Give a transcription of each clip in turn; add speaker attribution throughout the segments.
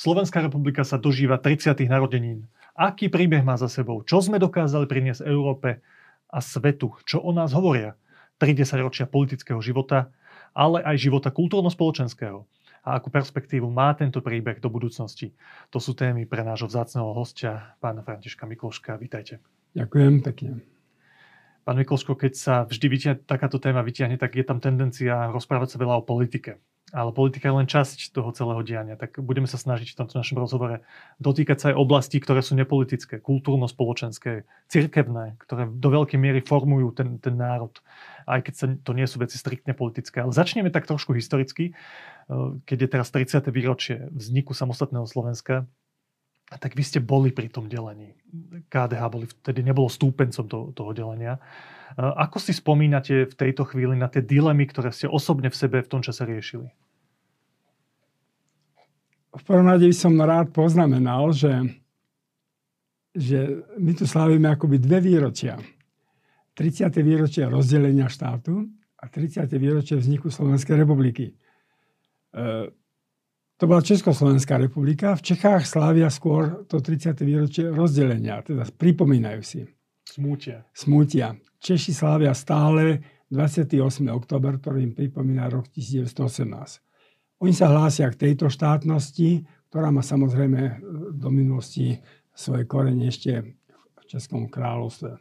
Speaker 1: Slovenská republika sa dožíva 30. narodenín. Aký príbeh má za sebou? Čo sme dokázali priniesť Európe a svetu? Čo o nás hovoria? 30 ročia politického života, ale aj života kultúrno-spoločenského. A akú perspektívu má tento príbeh do budúcnosti? To sú témy pre nášho vzácneho hostia, pána Františka Mikloška. Vítajte.
Speaker 2: Ďakujem pekne.
Speaker 1: Pán Mikloško, keď sa vždy takáto téma vyťahne, tak je tam tendencia rozprávať sa veľa o politike. Ale politika je len časť toho celého diania. Tak budeme sa snažiť v tomto našom rozhovore dotýkať sa aj oblastí, ktoré sú nepolitické, kultúrno-spoločenské, cirkevné, ktoré do veľkej miery formujú ten národ. Aj keď to nie sú veci striktne politické. Ale začneme tak trošku historicky. Keď je teraz 30. výročie vzniku samostatného Slovenska, tak vy ste boli pri tom delení. KDH vtedy nebolo stúpencom toho delenia. Ako si spomínate v tejto chvíli na tie dilemy, ktoré ste osobne v sebe v tom čase riešili?
Speaker 2: V prvom rade by som rád poznamenal, že my tu slávime akoby dve výročia. 30. výročie rozdelenia štátu a 30. výročie vzniku Slovenskej republiky. To bola Československá republika. V Čechách slávia skôr to 30. výročie rozdelenia. Teda pripomínajú si. Smútia. Češi slávia stále 28. október, ktorý im pripomína rok 1918. Oni sa hlásia k tejto štátnosti, ktorá má samozrejme do minulosti svoje korene ešte v Českom kráľovstve.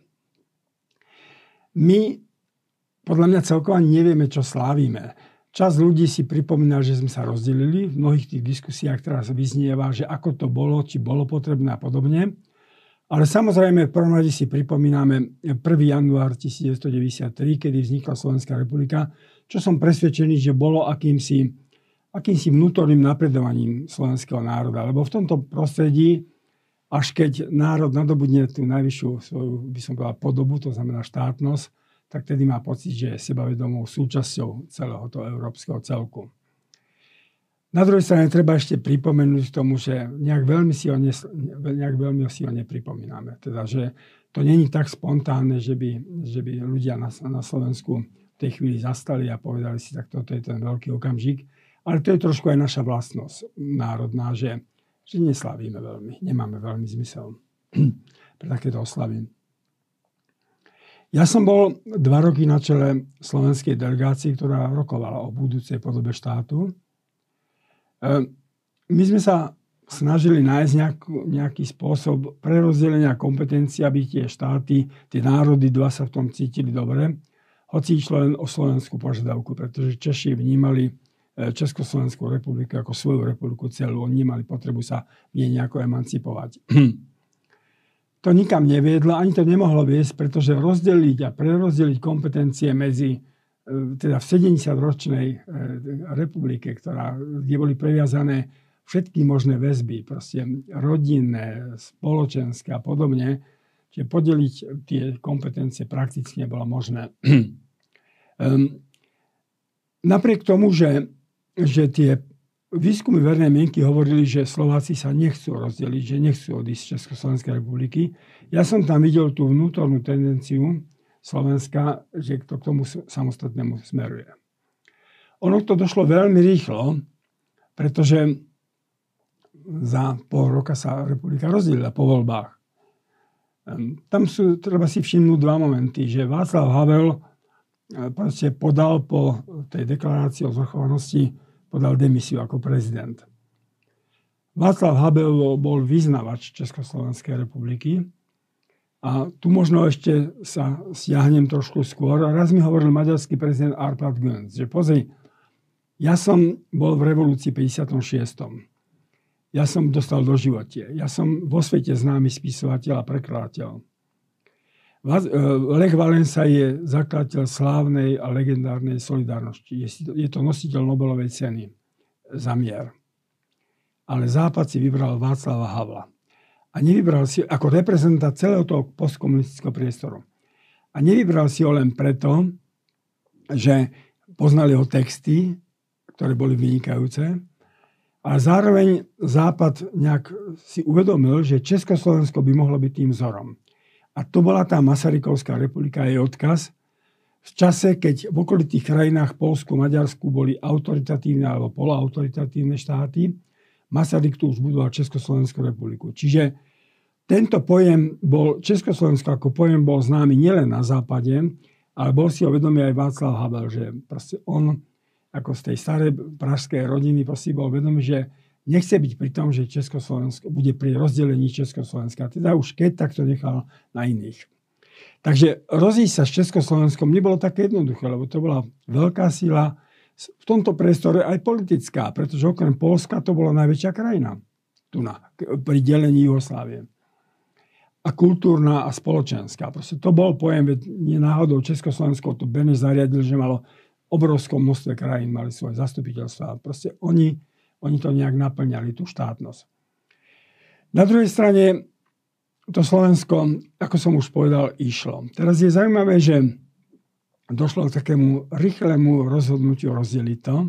Speaker 2: My podľa mňa celkovo nevieme, čo slávime. Časť ľudí si pripomína, že sme sa rozdelili. V mnohých tých diskusiách teraz vyznieva, že ako to bolo, či bolo potrebné a podobne. Ale samozrejme v prvom rade si pripomíname 1. január 1993, kedy vznikla Slovenská republika, čo som presvedčený, že bolo akýmsi vnútorným napredovaním slovenského národa. Lebo v tomto prostredí, až keď národ nadobudne tú najvyššiu svoju, by som povedal, podobu, to znamená štátnosť, tak tedy má pocit, že je sebavedomou súčasťou celého toho európskeho celku. Na druhej strane treba ešte pripomenúť k tomu, že nejak veľmi si ho nepripomíname. Teda, že to není tak spontánne, že by ľudia na Slovensku v tej chvíli zastali a povedali si, tak toto je ten veľký okamžik. Ale to je trošku aj naša vlastnosť národná, že neslávime veľmi, nemáme veľmi zmysel pre takéto oslavy. Ja som bol 2 roky na čele slovenskej delegácie, ktorá rokovala o budúcej podobe štátu. My sme sa snažili nájsť nejaký spôsob prerozdelenia kompetencií, aby tie štáty, tie národy dva sa v tom cítili dobre, hoci išlo len o slovenskú požiadavku, pretože Češi vnímali Československú republiku ako svoju republiku celú. Oni nemali potrebu sa v nej nejako emancipovať. To nikam neviedlo, ani to nemohlo viesť, pretože rozdeliť a prerozdeliť kompetencie medzi, teda v 70-ročnej republike, kde boli previazané všetky možné väzby, proste rodinné, spoločenské a podobne, čiže podeliť tie kompetencie prakticky nebolo možné. Napriek tomu, že tie výskumy verejnej mienky hovorili, že Slováci sa nechcú rozdeliť, že nechcú odísť z Československej republiky. Ja som tam videl tú vnútornú tendenciu Slovenska, že to k tomu samostatnému smeruje. Ono to došlo veľmi rýchlo, pretože za pol roka sa republika rozdelila po voľbách. Tam treba si všimnúť 2 momenty, že Václav Havel proste podal po tej deklarácii o zvrchovanosti podal demisiu ako prezident. Václav Havel bol vyznavač Československej republiky a tu možno ešte sa stiahnem trošku skôr. Raz mi hovoril maďarský prezident Árpád Gönc, že pozri, ja som bol v revolúcii 56. Ja som dostal doživotie. Ja som vo svete známy spisovateľ a prekladateľ. Lech Valensa je zakladateľ slávnej a legendárnej Solidarnosti. Je to nositeľ Nobelovej ceny za mier. Ale Západ si vybral Václava Havla. A nevybral si ako reprezentant celého toho postkomunistického priestoru. A nevybral si ho len preto, že poznali ho texty, ktoré boli vynikajúce, ale zároveň Západ nejak si uvedomil, že Československo by mohlo byť tým vzorom. A to bola tá Masarykovská republika, jej odkaz. V čase, keď v okolitých krajinách Poľsku, Maďarsku boli autoritatívne alebo poloautoritatívne štáty, Masaryk tu už budoval Československú republiku. Čiže tento pojem bol, Československo ako pojem bol známy nielen na západe, ale bol si ho vedomý aj Václav Havel, že proste on ako z tej starej pražskej rodiny proste bol vedomý, že nechce byť pri tom, že Československo bude pri rozdelení Československa. Teda už keď, tak to nechal na iných. Takže rozísť sa s Československom nebolo také jednoduché, lebo to bola veľká sila, v tomto priestore aj politická, pretože okrem Poľska to bola najväčšia krajina pri delení Jugoslávie. A kultúrna a spoločenská. Proste to bol pojem, veď nie náhodou Československo to Beneš zariadil, že malo obrovskom množstve krajín, mali svoje zastupiteľstva. Proste oni to nejak naplňali, tú štátnosť. Na druhej strane to Slovensko, ako som už povedal, išlo. Teraz je zaujímavé, že došlo k takému rýchlemu rozhodnutiu rozdeliť to.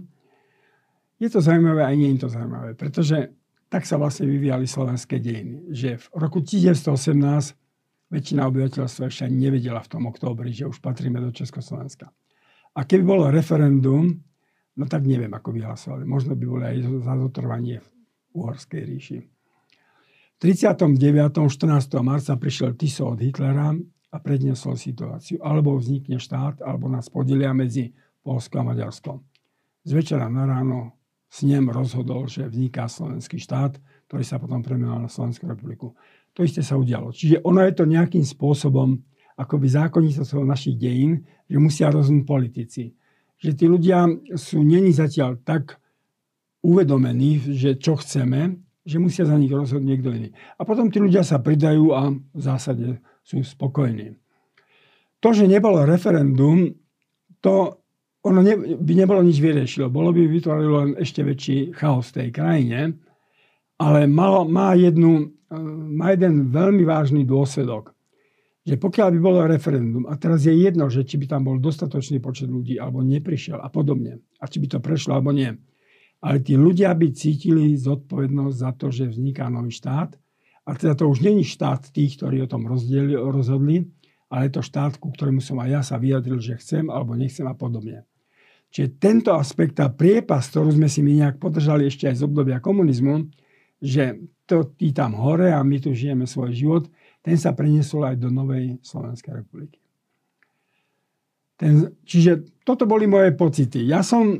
Speaker 2: Je to zaujímavé, aj nie je to zaujímavé, pretože tak sa vlastne vyvíjali slovenské dejiny. Že v roku 1918 väčšina obyvateľstva ešte ani nevedela v tom októbri, že už patríme do Československa. A keby bolo referendum, no tak neviem, ako by hlasovali. Možno by boli aj za zotrvanie v Uhorskej ríši. V 39. 14. marca prišiel Tiso od Hitlera a predniesol situáciu. Alebo vznikne štát, alebo nás podelia medzi Poľsko a Maďarsko. Z večera na ráno snem rozhodol, že vzniká slovenský štát, ktorý sa potom premenoval na Slovenskú republiku. To isté sa udialo. Čiže ono je to nejakým spôsobom akoby zákonitosťou našich dejín, že musia rozhodnúť politici. Že tí ľudia sú neni zatiaľ tak uvedomení, že čo chceme, že musia za nich rozhodnúť niekto iný. A potom tí ľudia sa pridajú a v zásade sú spokojní. To, že nebolo referendum, to ono by nebolo nič vyriešilo. Bolo by vytvorilo len ešte väčší chaos v tej krajine, ale má jeden veľmi vážny dôsledok, že pokiaľ by bolo referendum, a teraz je jedno, že či by tam bol dostatočný počet ľudí, alebo neprišiel a podobne, a či by to prešlo, alebo nie. Ale tí ľudia by cítili zodpovednosť za to, že vzniká nový štát. A teda to už není štát tých, ktorí o tom rozhodli, ale je to štát, ku ktorému som aj ja sa vyjadril, že chcem alebo nechcem a podobne. Čiže tento aspekt, tá priepas, ktorú sme si my nejak podržali ešte aj z obdobia komunizmu, že tí tam hore a my tu žijeme svoj život, ten sa preniesol aj do novej Slovenskej republiky. Čiže toto boli moje pocity.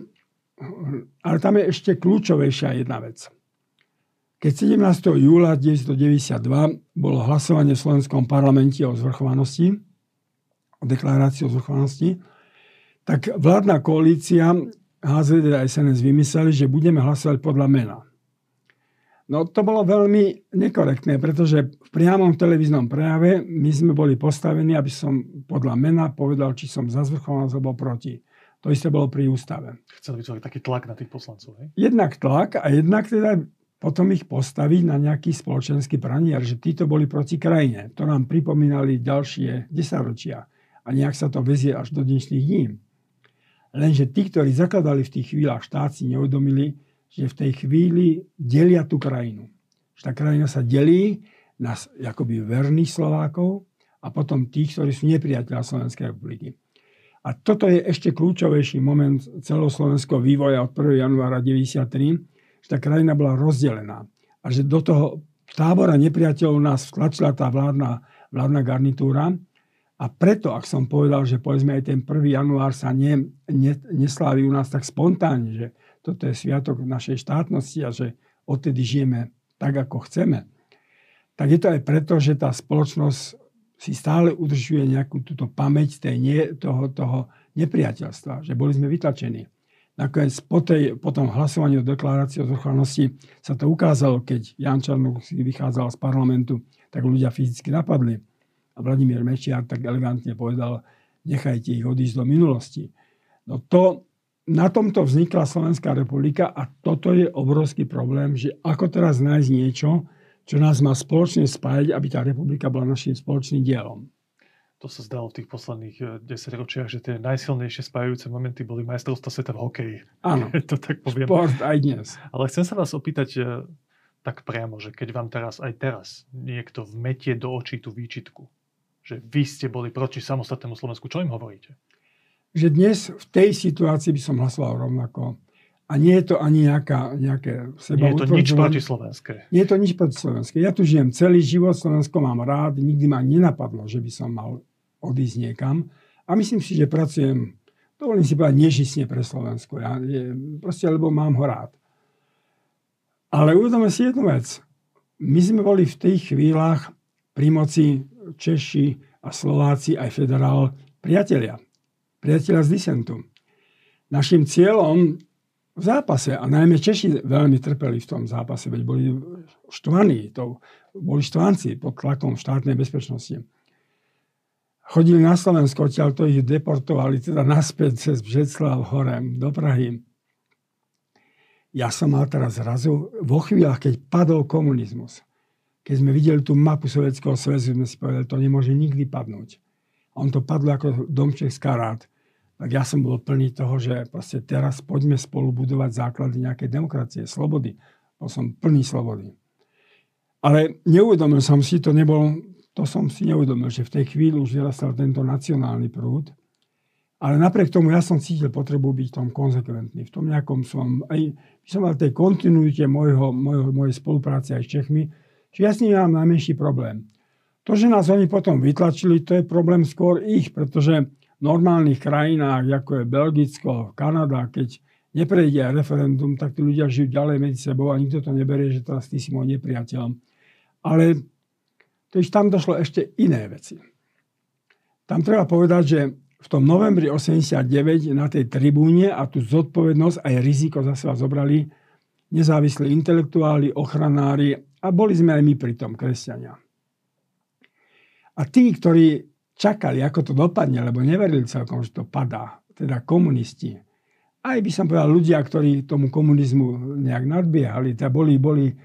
Speaker 2: Ale tam je ešte kľúčovejšia jedna vec. Keď 17. júla 1992 bolo hlasovanie v Slovenskom parlamente o zvrchovanosti, o deklarácii o zvrchovanosti, tak vládna koalícia HZD a SNS vymysleli, že budeme hlasovať podľa mena. No to bolo veľmi nekorektné, pretože v priamom televíznom prejave my sme boli postavení, aby som podľa mena povedal, či som za zvrchovanosť alebo proti. To isté bolo pri ústave.
Speaker 1: Chceli vytvoriť taký tlak na tých poslancov, hej?
Speaker 2: Jednak tlak a jednak teda potom ich postaviť na nejaký spoločenský pranier, že títo boli proti krajine. To nám pripomínali ďalšie 10 ročia. A nejak sa to vezie až do dnešných dní. Lenže tí, ktorí zakladali v tých chvíľach štát, si neuvedomili, že v tej chvíli delia tú krajinu. Že tá krajina sa delí na akoby verných Slovákov a potom tých, ktorí sú nepriatelia Slovenskej republiky. A toto je ešte kľúčovejší moment celoslovenského vývoja od 1. januára 1993, že tá krajina bola rozdelená. A že do toho tábora nepriateľov nás vtlačila tá vládna garnitúra. A preto, ak som povedal, že povedzme aj ten 1. január sa neslávi u nás tak spontánne, že toto je sviatok našej štátnosti a že odtedy žijeme tak, ako chceme, tak je to aj preto, že tá spoločnosť si stále udržuje nejakú túto pamäť toho nepriateľstva, že boli sme vytlačení. Nakoniec po tom hlasovaní o deklarácii o zvrchovanosti sa to ukázalo, keď Ján Čarnok si vychádzal z parlamentu, tak ľudia fyzicky napadli. A Vladimír Mečiar tak elegantne povedal, nechajte ich odísť do minulosti. No na tomto vznikla Slovenská republika a toto je obrovský problém, že ako teraz nájsť niečo, čo nás má spoločne spájať, aby tá republika bola našim spoločným dielom.
Speaker 1: To sa zdalo v tých posledných 10 ročiach, že tie najsilnejšie spájajúce momenty boli majstrovstvá sveta v hokeji.
Speaker 2: Áno,
Speaker 1: to tak poviem.
Speaker 2: Šport aj dnes.
Speaker 1: Ale chcem sa vás opýtať tak priamo, že keď vám teraz niekto vmetie do očí tú výčitku, že vy ste boli proti samostatnému Slovensku, čo im hovoríte?
Speaker 2: Že dnes v tej situácii by som hlasoval rovnako. A nie je to ani nejaké
Speaker 1: Nie je to nič protislovenské.
Speaker 2: Nie je to nič protislovenské. Ja tu žijem celý život, Slovensko mám rád, nikdy ma nenapadlo, že by som mal odísť niekam. A myslím si, že pracujem, dovolím si povedať, nežisne pre Slovensko. Proste, lebo mám ho rád. Ale uvedome si jednu vec. My sme boli v tých chvíľach pri moci Češi a Slováci, aj federál, priatelia z disentu. Našim cieľom v zápase, a najmä Češi veľmi trpeli v tom zápase, veď boli štvaní, boli štvanci pod tlakom štátnej bezpečnosti. Chodili na Slovensko, odtiaľ to ich deportovali, teda naspäť cez Břeclav hore do Prahy. Ja som mal teraz zrazu, vo chvíľach, keď padol komunizmus, keď sme videli tú mapu Sovietskeho zväzu, sme si povedali, to nemôže nikdy padnúť. A on to padlo ako domček z karát. Tak ja som bol plný toho, že proste teraz poďme spolu budovať základy nejakej demokracie, slobody. Bol som plný slobody. Ale neuvedomil som si, to som si neuvedomil, že v tej chvíli už vyrastal tento nacionálny prúd. Ale napriek tomu ja som cítil potrebu byť v tom konzekventný. V tom nejakom som mal tej kontinuite mojej spolupráce aj s Čechmi, že ja s nimi mám najmenší problém. To, že nás oni potom vytlačili, to je problém skôr ich, pretože v normálnych krajinách, ako je Belgicko, Kanada, keď neprejde referendum, tak tí ľudia žijú ďalej medzi sebou a nikto to neberie, že teraz ty si môj nepriateľ. Ale tam došlo ešte iné veci. Tam treba povedať, že v tom novembri 89 na tej tribúne a tú zodpovednosť aj riziko za seba zobrali nezávislí intelektuáli, ochranári a boli sme aj my pri tom, kresťania. A tí, ktorí čakali, ako to dopadne, lebo neverili celkom, že to padá, teda komunisti. Aj by som povedal ľudia, ktorí tomu komunizmu nejak nadbiehali, teda boli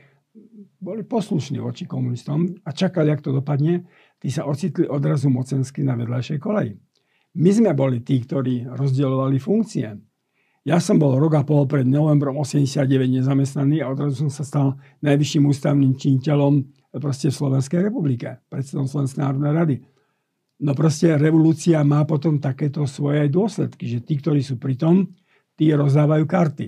Speaker 2: poslušní voči komunistom a čakali, ako to dopadne, tí sa ocitli odrazu mocensky na vedľajšej koleji. My sme boli tí, ktorí rozdielovali funkcie. Ja som bol rok a pol pred novembrom 89 nezamestnaný a odrazu som sa stal najvyšším ústavným činiteľom proste v Slovenskej republike, predsedom Slovenskej národnej rady. No proste revolúcia má potom takéto svoje dôsledky, že tí, ktorí sú pri tom, tí rozdávajú karty.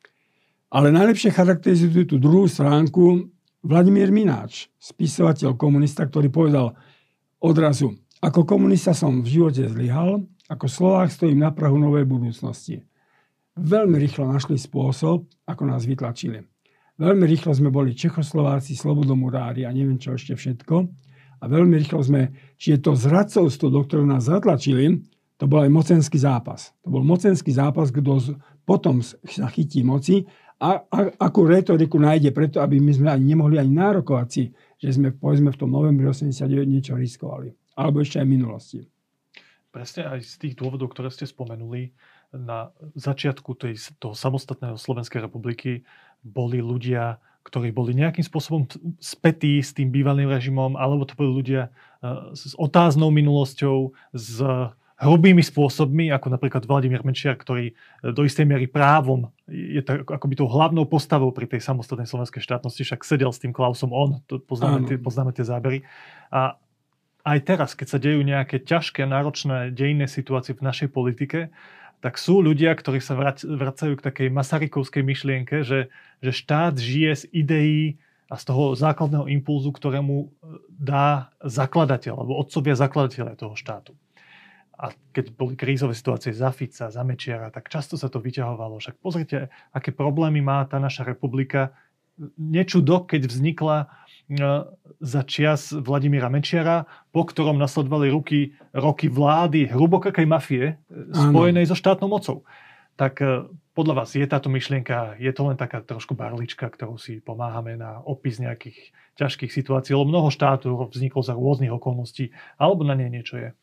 Speaker 2: Ale najlepšie charakterizujú tú druhú stránku Vladimír Mináč, spisovateľ komunista, ktorý povedal odrazu, ako komunista som v živote zlyhal, ako Slovák stojím na prahu novej budúcnosti. Veľmi rýchlo našli spôsob, ako nás vytlačili. Veľmi rýchlo sme boli Čechoslováci, slobodomurári a neviem čo ešte všetko. A veľmi rýchlo či je to zradcovstvo, do ktorého nás zatlačili, to bol aj mocenský zápas. To bol mocenský zápas, kto potom sa chytí moci a akú retoriku nájde preto, aby my sme ani nemohli ani nárokovať si, že sme povedzme v tom novembri 89 niečo riskovali. Alebo ešte aj v minulosti.
Speaker 1: Presne aj z tých dôvodov, ktoré ste spomenuli, na začiatku toho samostatného Slovenskej republiky boli ľudia, ktorí boli nejakým spôsobom spätí s tým bývalým režimom, alebo to boli ľudia s otáznou minulosťou, s hrubými spôsobmi, ako napríklad Vladimír Mečiar, ktorý do istej miery právom je akoby tou hlavnou postavou pri tej samostatnej slovenskej štátnosti, však sedel s tým Klausom poznáme tie zábery. A aj teraz, keď sa dejú nejaké ťažké, náročné dejinné situácie v našej politike, tak sú ľudia, ktorí sa vracajú k takej masarykovskej myšlienke, že štát žije z ideí a z toho základného impulzu, ktorému dá zakladateľ, alebo otcovia zakladateľa toho štátu. A keď boli krízové situácie za Fica, za Mečiara, tak často sa to vyťahovalo. Však pozrite, aké problémy má tá naša republika. Nečudo, keď vznikla za čias Vladimíra Mečiara, po ktorom nasledovali roky vlády hlbokakej mafie spojenej so štátnou mocou. Tak podľa vás je táto myšlienka, je to len taká trošku barlička, ktorú si pomáhame na opis nejakých ťažkých situácií, lebo mnoho štátov vzniklo za rôznych okolností, alebo na nej niečo je?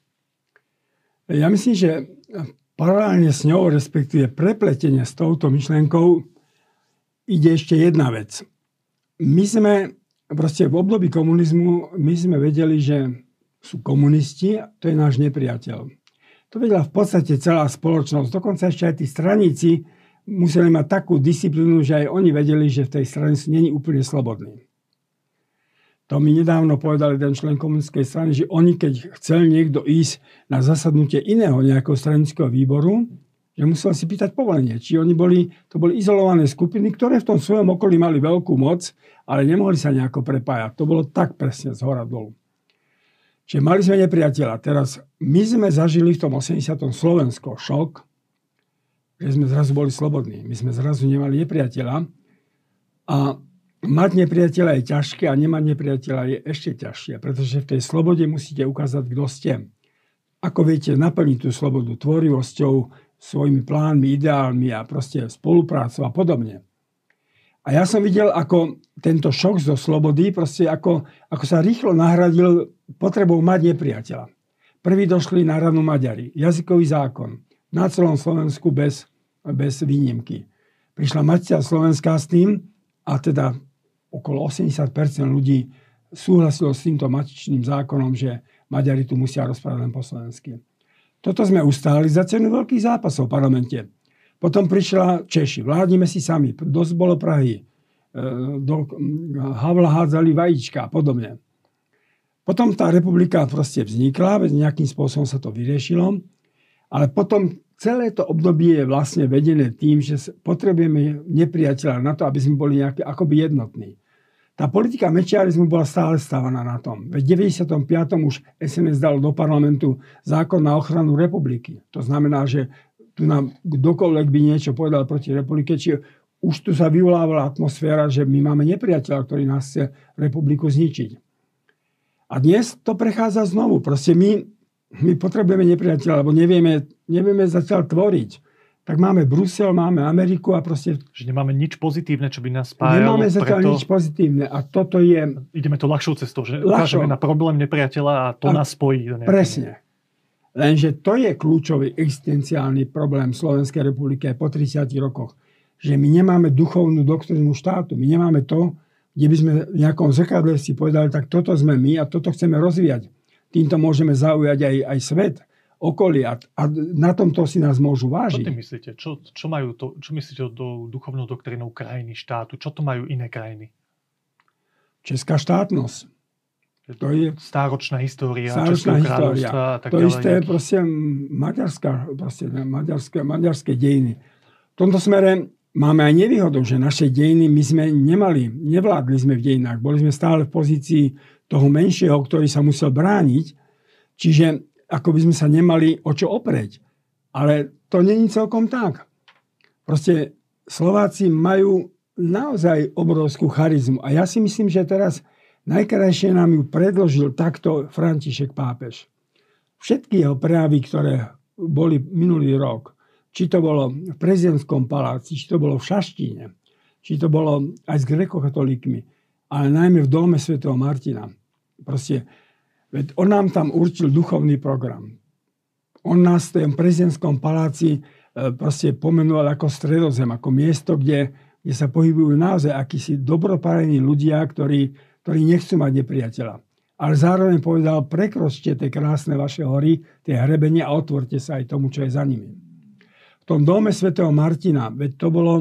Speaker 2: Ja myslím, že paralelne s ňou, respektíve prepletenie s touto myšlienkou, ide ešte jedna vec. My sme proste v období komunizmu my sme vedeli, že sú komunisti, to je náš nepriateľ. To vedela v podstate celá spoločnosť. Dokonca ešte aj tí straníci museli mať takú disciplínu, že aj oni vedeli, že v tej strane nie je úplne slobodní. To mi nedávno povedal jeden člen komunistickej strany, že oni, keď chcel niekto ísť na zasadnutie iného nejakého stranického výboru, že musel si pýtať povolenie. Či to boli izolované skupiny, ktoré v tom svojom okolí mali veľkú moc, ale nemohli sa nejako prepájať. To bolo tak presne z hora dolu. Čiže mali sme nepriateľa. Teraz my sme zažili v tom 80. Slovensko šok, že sme zrazu boli slobodní. My sme zrazu nemali nepriateľa. A mať nepriateľa je ťažké a nemať nepriateľa je ešte ťažšie, pretože v tej slobode musíte ukázať, kto ste. Ako viete naplniť tú slobodu tvorivosťou, svojimi plánmi, ideálmi a proste spoluprácou a podobne. A ja som videl, ako tento šok zo slobody, proste ako sa rýchlo nahradil potrebou mať nepriateľa. Prví došli na ranu Maďari. Jazykový zákon. Na celom Slovensku bez výnimky. Prišla Matica Slovenská s tým a teda okolo 80% ľudí súhlasilo s týmto matičným zákonom, že Maďari tu musia rozprávať len po slovensky. Toto sme ustáli za cenu veľkých zápasov v parlamente. Potom prišla Češi. Vládnime si sami. Dosť bolo Prahy. Do Havla hádzali vajíčka a podobne. Potom tá republika proste vznikla. Nejakým spôsobom sa to vyriešilo. Ale potom celé to obdobie je vlastne vedené tým, že potrebujeme nepriateľa na to, aby sme boli nejaký akoby jednotní. Tá politika mečiarizmu bola stále stávaná na tom. Veď v 95. už SNS dalo do parlamentu zákon na ochranu republiky. To znamená, že tu nám kdokoľvek by niečo povedal proti republike, či už tu sa vyvolávala atmosféra, že my máme nepriateľa, ktorý nás chce republiku zničiť. A dnes to prechádza znovu. Proste my potrebujeme nepriateľa, lebo nevieme zatiaľ tvoriť. Tak máme Brusel, máme Ameriku a proste...
Speaker 1: Že nemáme nič pozitívne, čo by nás spájalo.
Speaker 2: Nemáme zatiaľ nič pozitívne a toto je...
Speaker 1: Ideme to ľahšou cestou, že ukážeme na problém nepriateľa a to nás spojí.
Speaker 2: Presne. Lenže to je kľúčový existenciálny problém Slovenskej republiky aj po 30 rokoch. Že my nemáme duchovnú doktrínu štátu. My nemáme to, kde by sme v nejakom zrkadle si povedali, tak toto sme my a toto chceme rozvíjať. Týmto môžeme zaujať aj svet. Okolie a na tomto si nás môžu vážiť.
Speaker 1: Čo ty myslíte? Čo myslíte o duchovnou doktrínou krajiny, štátu? Čo to majú iné krajiny?
Speaker 2: Česká štátnosť.
Speaker 1: To je stáročná história.
Speaker 2: Stáročná história.
Speaker 1: A tak
Speaker 2: to
Speaker 1: ďalej.
Speaker 2: isté je proste maďarské dejiny. V tomto smere máme aj nevýhodu, že naše dejiny my sme nevládli sme v dejinách. Boli sme stále v pozícii toho menšieho, ktorý sa musel brániť. Čiže ako by sme sa nemali o čo oprieť. Ale to není celkom tak. Proste Slováci majú naozaj obrovskú charizmu. A ja si myslím, že teraz najkrajšie nám ju predložil takto František pápež. Všetky jeho prejavy, ktoré boli minulý rok, či to bolo v prezidentskom paláci, či to bolo v Šaštíne, či to bolo aj s grekokatolíkmi, ale najmä v dome svätého Martina. Proste veď on nám tam určil duchovný program. On nás v tom prezidentskom paláci proste pomenoval ako stredozem, ako miesto, kde sa pohybujú naozaj akísi dobroparení ľudia, ktorí nechcú mať nepriateľa. Ale zároveň povedal, prekročte tie krásne vaše hory, tie hrebenie a otvorte sa aj tomu, čo je za nimi. V tom dome svätého Martina, veď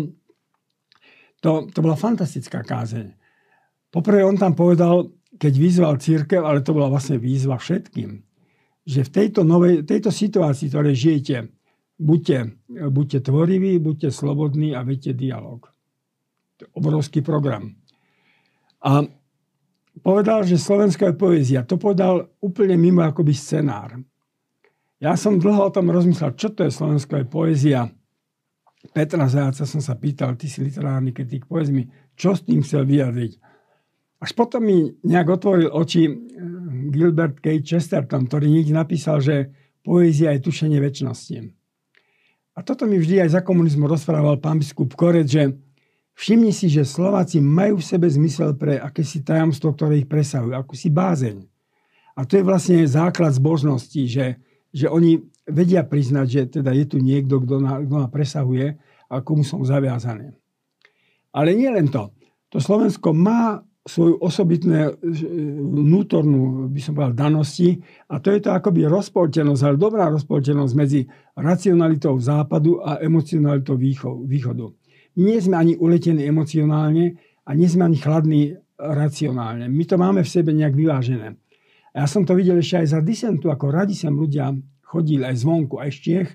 Speaker 2: to bola fantastická kázeň. Poprvé on tam povedal, keď vyzval cirkev, ale to bola vlastne výzva všetkým, že v tejto situácii, v ktorej žijete, buďte tvoriví, buďte slobodní a vedte dialog. To je obrovský program. A povedal, že slovenská je poézia. To povedal úplne mimo akoby scenár. Ja som dlho o tom rozmýšľal, čo to je slovenská poézia. Petra Zajaca som sa pýtal, ty si literárny kritik, povedz mi, čo s tým chcel vyjadriť. Až potom mi nejak otvoril oči Gilbert K. Chesterton, ktorý niekde napísal, že poézia je tušenie večnosti. A toto mi vždy aj za komunizmu rozprával pán biskup Korec, že všimni si, že Slováci majú v sebe zmysel pre akési tajomstvo, ktoré ich presahujú, akúsi bázeň. A to je vlastne základ zbožnosti, že oni vedia priznať, že teda je tu niekto, kto ma presahuje a komu som zaviazaný. Ale nie len to. To Slovensko má svoju osobitné vnútornú, by som povedal, danosti a to je to akoby rozpoltenosť, ale dobrá rozpoltenosť medzi racionalitou západu a emocionalitou východu. Nie sme ani uletení emocionálne a nie sme ani chladní racionálne. My to máme v sebe nejak vyvážené. A ja som to videl ešte aj za disentu, ako radi sem ľudia chodili aj zvonku, aj z Čiech.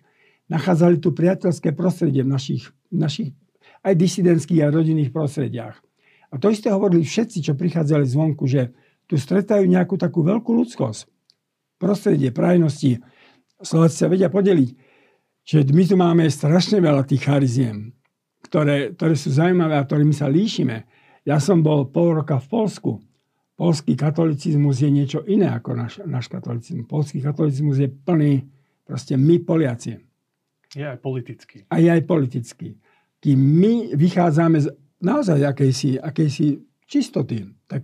Speaker 2: nachádzali tu priateľské prostredie v našich aj disidentských a rodinných prostrediach. A to isté hovorili všetci, čo prichádzali zvonku, že tu stretajú nejakú takú veľkú ľudskosť. Prostredie, prajnosti. Slováci sa vedia podeliť. Čiže my tu máme strašne veľa tých chariziem, ktoré sú zaujímavé a ktorými sa líšime. Ja som bol pol roka v Poľsku. Poľský katolicizmus je niečo iné ako náš katolicizmus. Poľský katolicizmus je plný proste my Poliaci.
Speaker 1: Je aj politický.
Speaker 2: A je aj politický. Kým my vychádzame z naozaj akejsi čistoty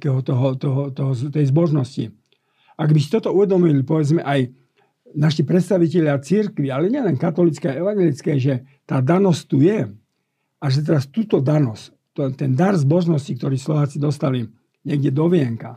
Speaker 2: tej zbožnosti. Ak by si toto uvedomili, povedzme aj naši predstavitelia cirkvi, ale nielen katolícke a evangelické, že tá danosť tu je a že teraz túto danosť, ten dar zbožnosti, ktorý Slováci dostali niekde do vienka,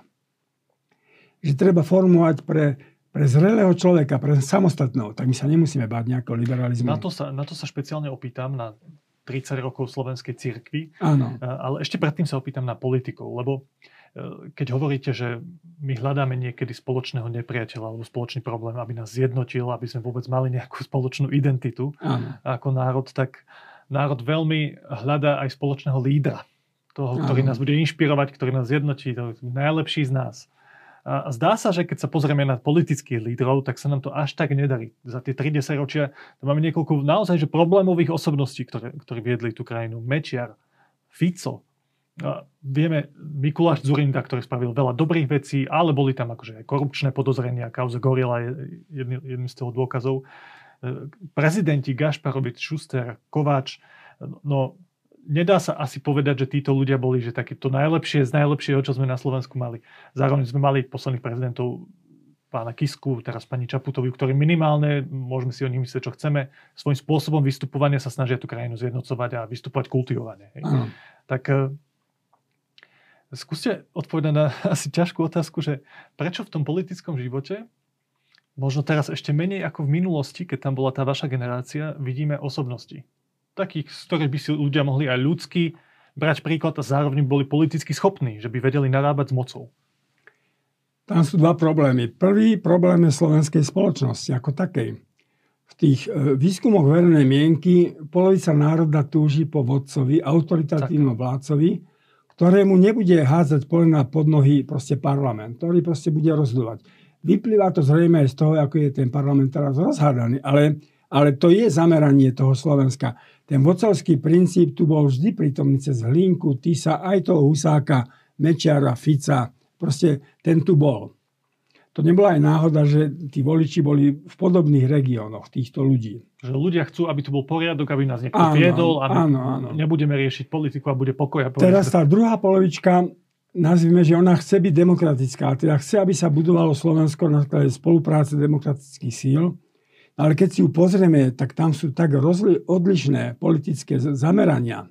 Speaker 2: že treba formovať pre zrelého človeka, pre samostatného, tak my sa nemusíme báť nejakého liberalizmu.
Speaker 1: Na to sa špeciálne opýtam, na 30 rokov slovenskej cirkvi.
Speaker 2: Áno.
Speaker 1: Ale ešte predtým sa opýtam na politikov, lebo keď hovoríte, že my hľadáme niekedy spoločného nepriateľa alebo spoločný problém, aby nás zjednotil, aby sme vôbec mali nejakú spoločnú identitu ako národ, tak národ veľmi hľadá aj spoločného lídra. Toho, ktorý nás bude inšpirovať, ktorý nás zjednotí, to je najlepší z nás. A zdá sa, že keď sa pozrieme na politických lídrov, tak sa nám to až tak nedarí. Za tie 30 ročia máme niekoľko naozaj že problémových osobností, ktorí viedli tú krajinu. Mečiar, Fico. A vieme, Mikuláš Dzurinda, ktorý spravil veľa dobrých vecí, ale boli tam akože aj korupčné podozrenia. Kauza Gorila je jedným z toho dôkazov. Prezidenti Gašparovič, Šuster, Kováč. No, nedá sa asi povedať, že títo ľudia boli že takéto najlepšie z najlepšieho, čo sme na Slovensku mali. Zároveň sme mali posledných prezidentov pána Kisku, teraz pani Čaputoviu, ktorí minimálne, môžeme si o nich myslieť, čo chceme, svojím spôsobom vystupovania sa snažia tú krajinu zjednocovať a vystupovať kultivovane. Tak skúste odpovedať na asi ťažkú otázku, že prečo v tom politickom živote, možno teraz ešte menej ako v minulosti, keď tam bola tá vaša generácia, vidíme osobnosti. Takých, z ktorých by si ľudia mohli aj ľudsky brať príklad a zároveň boli politicky schopní, že by vedeli narábať s mocou.
Speaker 2: Tam sú dva problémy. Prvý problém je slovenskej spoločnosti ako takej. V tých výskumoch verejnej mienky polovica národa túži po vodcovi, autoritatívnom vládcovi, ktorému nebude hádzať polená pod nohy proste parlament, ktorý proste bude rozhodovať. Vyplýva to zrejme aj z toho, ako je ten parlament teraz rozhádaný, ale to je zameranie toho Slovenska. Ten vodcovský princíp tu bol vždy prítomný cez Hlinku, Tisa, aj toho Husáka, Mečiara, Fica. Proste ten tu bol. To nebola aj náhoda, že tí voliči boli v podobných regiónoch týchto ľudí.
Speaker 1: Že ľudia chcú, aby tu bol poriadok, aby nás niekto viedol a my nebudeme riešiť politiku a bude pokoj.
Speaker 2: Teraz tá druhá polovička, nazvime, že ona chce byť demokratická. Teda chce, aby sa budovalo Slovensko na základe spolupráce demokratických síl. Ale keď si ju pozrieme, tak tam sú tak odlišné politické zamerania,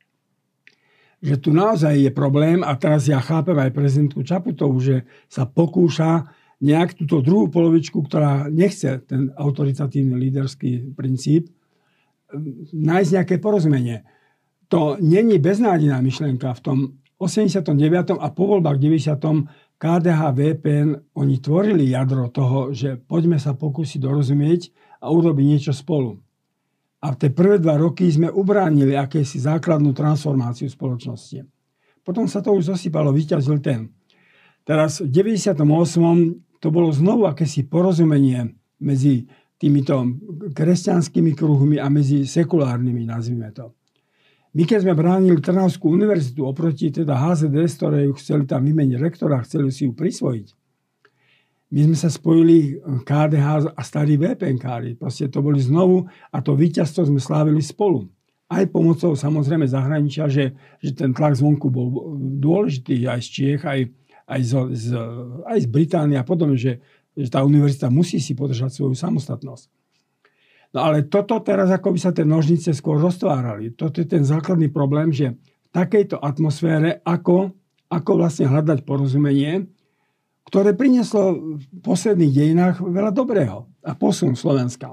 Speaker 2: že tu naozaj je problém a teraz ja chápem aj prezidentku Čaputovú, že sa pokúša nejak túto druhú polovičku, ktorá nechce ten autoritatívny líderský princíp, nájsť nejaké porozumenie. To není beznádejná myšlienka. V tom 89. a po voľbách 90. KDH, VPN, oni tvorili jadro toho, že poďme sa pokúsiť dorozumieť a urobiť niečo spolu. A v tie prvé 2 roky sme ubránili akési základnú transformáciu spoločnosti. Potom sa to už zosypalo, vyťazil ten. Teraz v 98. to bolo znovu akési porozumenie medzi týmito kresťanskými kruhmi a medzi sekulárnymi, nazvime to. My keď sme bránili Trnavskú univerzitu oproti teda HZDS, ktoré ju chceli tam vymeniť rektora, chceli si ju prisvojiť, my sme sa spojili KDH a starí VPN-kári. Proste to boli znovu a to víťazstvo sme slávili spolu. Aj pomocou samozrejme zahraničia, že ten tlak zvonku bol dôležitý aj z Čiech, aj z Británie a podobne, že tá univerzita musí si podržať svoju samostatnosť. No ale toto teraz ako by sa tie nožnice skôr roztvárali. Toto je ten základný problém, že v takejto atmosfére ako vlastne hľadať porozumenie, ktoré prinieslo v posledných dejinách veľa dobrého a posun Slovenska.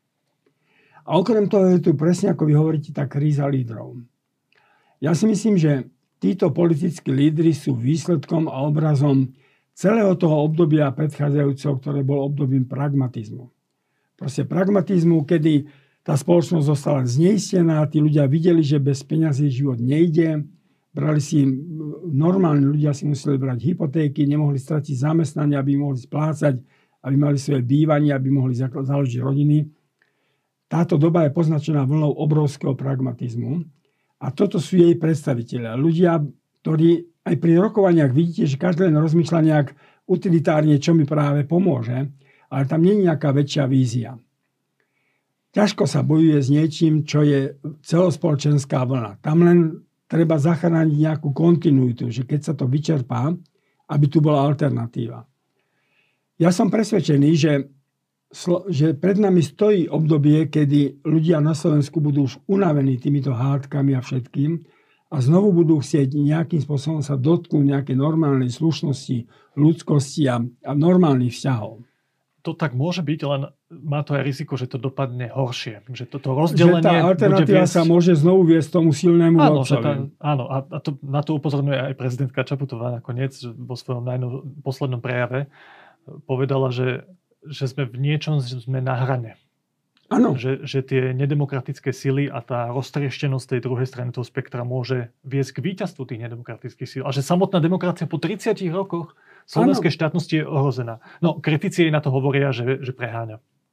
Speaker 2: A okrem toho je tu presne, ako vy hovoríte, tá kríza lídrov. Ja si myslím, že títo politickí lídri sú výsledkom a obrazom celého toho obdobia predchádzajúceho, ktoré bolo obdobím pragmatizmu. Proste pragmatizmu, kedy tá spoločnosť zostala zneistená, tí ľudia videli, že bez peňazí život nejde, brali si, normálni ľudia si museli brať hypotéky, nemohli stratiť zamestnanie, aby mohli splácať, aby mali svoje bývanie, aby mohli založiť rodiny. Táto doba je poznačená vlnou obrovského pragmatizmu a toto sú jej predstavitelia. Ľudia, ktorí aj pri rokovaniach vidíte, že každý len rozmýšľa nejak utilitárne, čo mi práve pomôže, ale tam nie je nejaká väčšia vízia. Ťažko sa bojuje s niečím, čo je celospoločenská vlna. Tam len treba zachrániť nejakú kontinuitu, že keď sa to vyčerpá, aby tu bola alternatíva. Ja som presvedčený, že pred nami stojí obdobie, kedy ľudia na Slovensku budú už unavení týmito hádkami a všetkým a znovu budú chcieť nejakým spôsobom sa dotknúť nejakej normálnej slušnosti, ľudskosti a normálnych vzťahov.
Speaker 1: To tak môže byť, len má to aj riziko, že to dopadne horšie. Že toto rozdelenie
Speaker 2: že tá alternatíva sa môže znovu viesť tomu silnému vodcovi.
Speaker 1: Áno, a na to upozorňuje aj prezidentka Čaputová nakoniec, že vo svojom poslednom prejave povedala, že sme v niečom sme na hrane.
Speaker 2: Áno.
Speaker 1: Že tie nedemokratické sily a tá roztrieštenosť tej druhej strany toho spektra môže viesť k víťazstvu tých nedemokratických síl. A že samotná demokracia po 30 rokoch slovenskej štátnosti je ohrozená. No, kritici jej na to hovoria, že preháňa.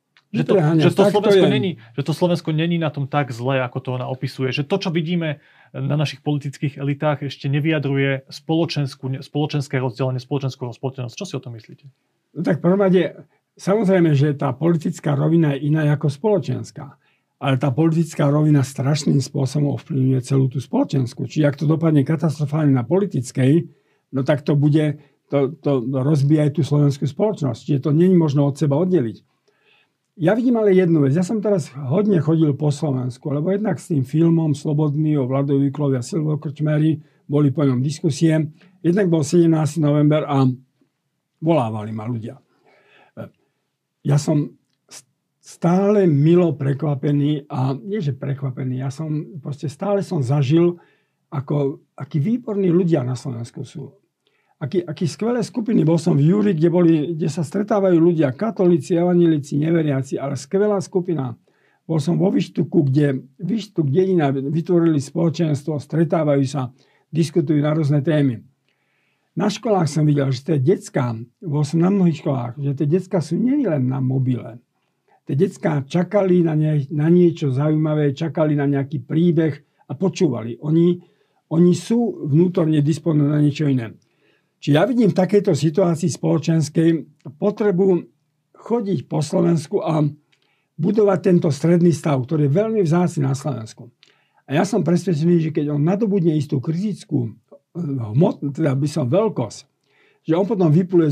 Speaker 1: Že to Slovensko není na tom tak zle, ako to ona opisuje. Že to, čo vidíme na našich politických elitách, ešte nevyjadruje spoločenské rozdelenie, spoločenskú rozpoltenosť. Čo si o tom myslíte?
Speaker 2: No tak v prvom rade, samozrejme, že tá politická rovina je iná ako spoločenská. Ale tá politická rovina strašným spôsobom ovplyvňuje celú tú spoločenskú. Čiže ak to dopadne katastrofálne na politickej, no tak to bude, to rozbíja aj tú slovenskú spoločnosť. Čiže to nie je možno od seba oddeliť. Ja vidím ale jednu vec. Ja som teraz hodne chodil po Slovensku, lebo jednak s tým filmom Slobodný o Vladovi Vyklovi a Silvo Krčméri boli po ňom diskusie. Jednak bol 17. november a volávali ma ľudia. Ja som stále milo prekvapený a nie, že prekvapený, stále som zažil, akí výborní ľudia na Slovensku sú. Akí skvelé skupiny. Bol som v Júri, kde sa stretávajú ľudia, katolíci, evanjelici, neveriaci, ale skvelá skupina. Bol som vo Vištuku, kde dedina vytvorili spoločenstvo, stretávajú sa, diskutujú na rôzne témy. Na školách som videl, že tie decká, bol som na mnohých školách, že tie decká sú nie len na mobile. Tie decká čakali na niečo zaujímavé, čakali na nejaký príbeh a počúvali. Oni sú vnútorne disponovaní na niečo iné. Čiže ja vidím v takejto situácii spoločenskej potrebu chodiť po Slovensku a budovať tento stredný stav, ktorý je veľmi vzácny na Slovensku. A ja som presvedčený, že keď on nadobudne istú kritickú veľkosť, že on potom